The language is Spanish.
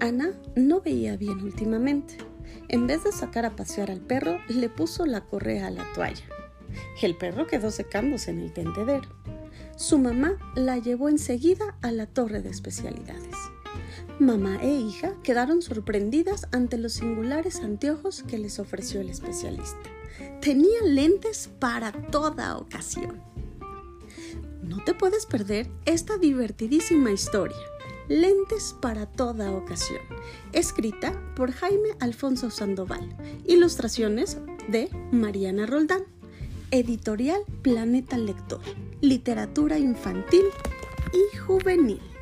Ana no veía bien últimamente. En vez de sacar a pasear al perro, le puso la correa a la toalla. El perro quedó secándose en el tendedero. Su mamá la llevó enseguida a la torre de especialidades. Mamá e hija quedaron sorprendidas ante los singulares anteojos que les ofreció el especialista. Tenía lentes para toda ocasión. No te puedes perder esta divertidísima historia, Lentes para toda ocasión, escrita por Jaime Alfonso Sandoval, ilustraciones de Mariana Roldán, editorial Planeta Lector, literatura infantil y juvenil.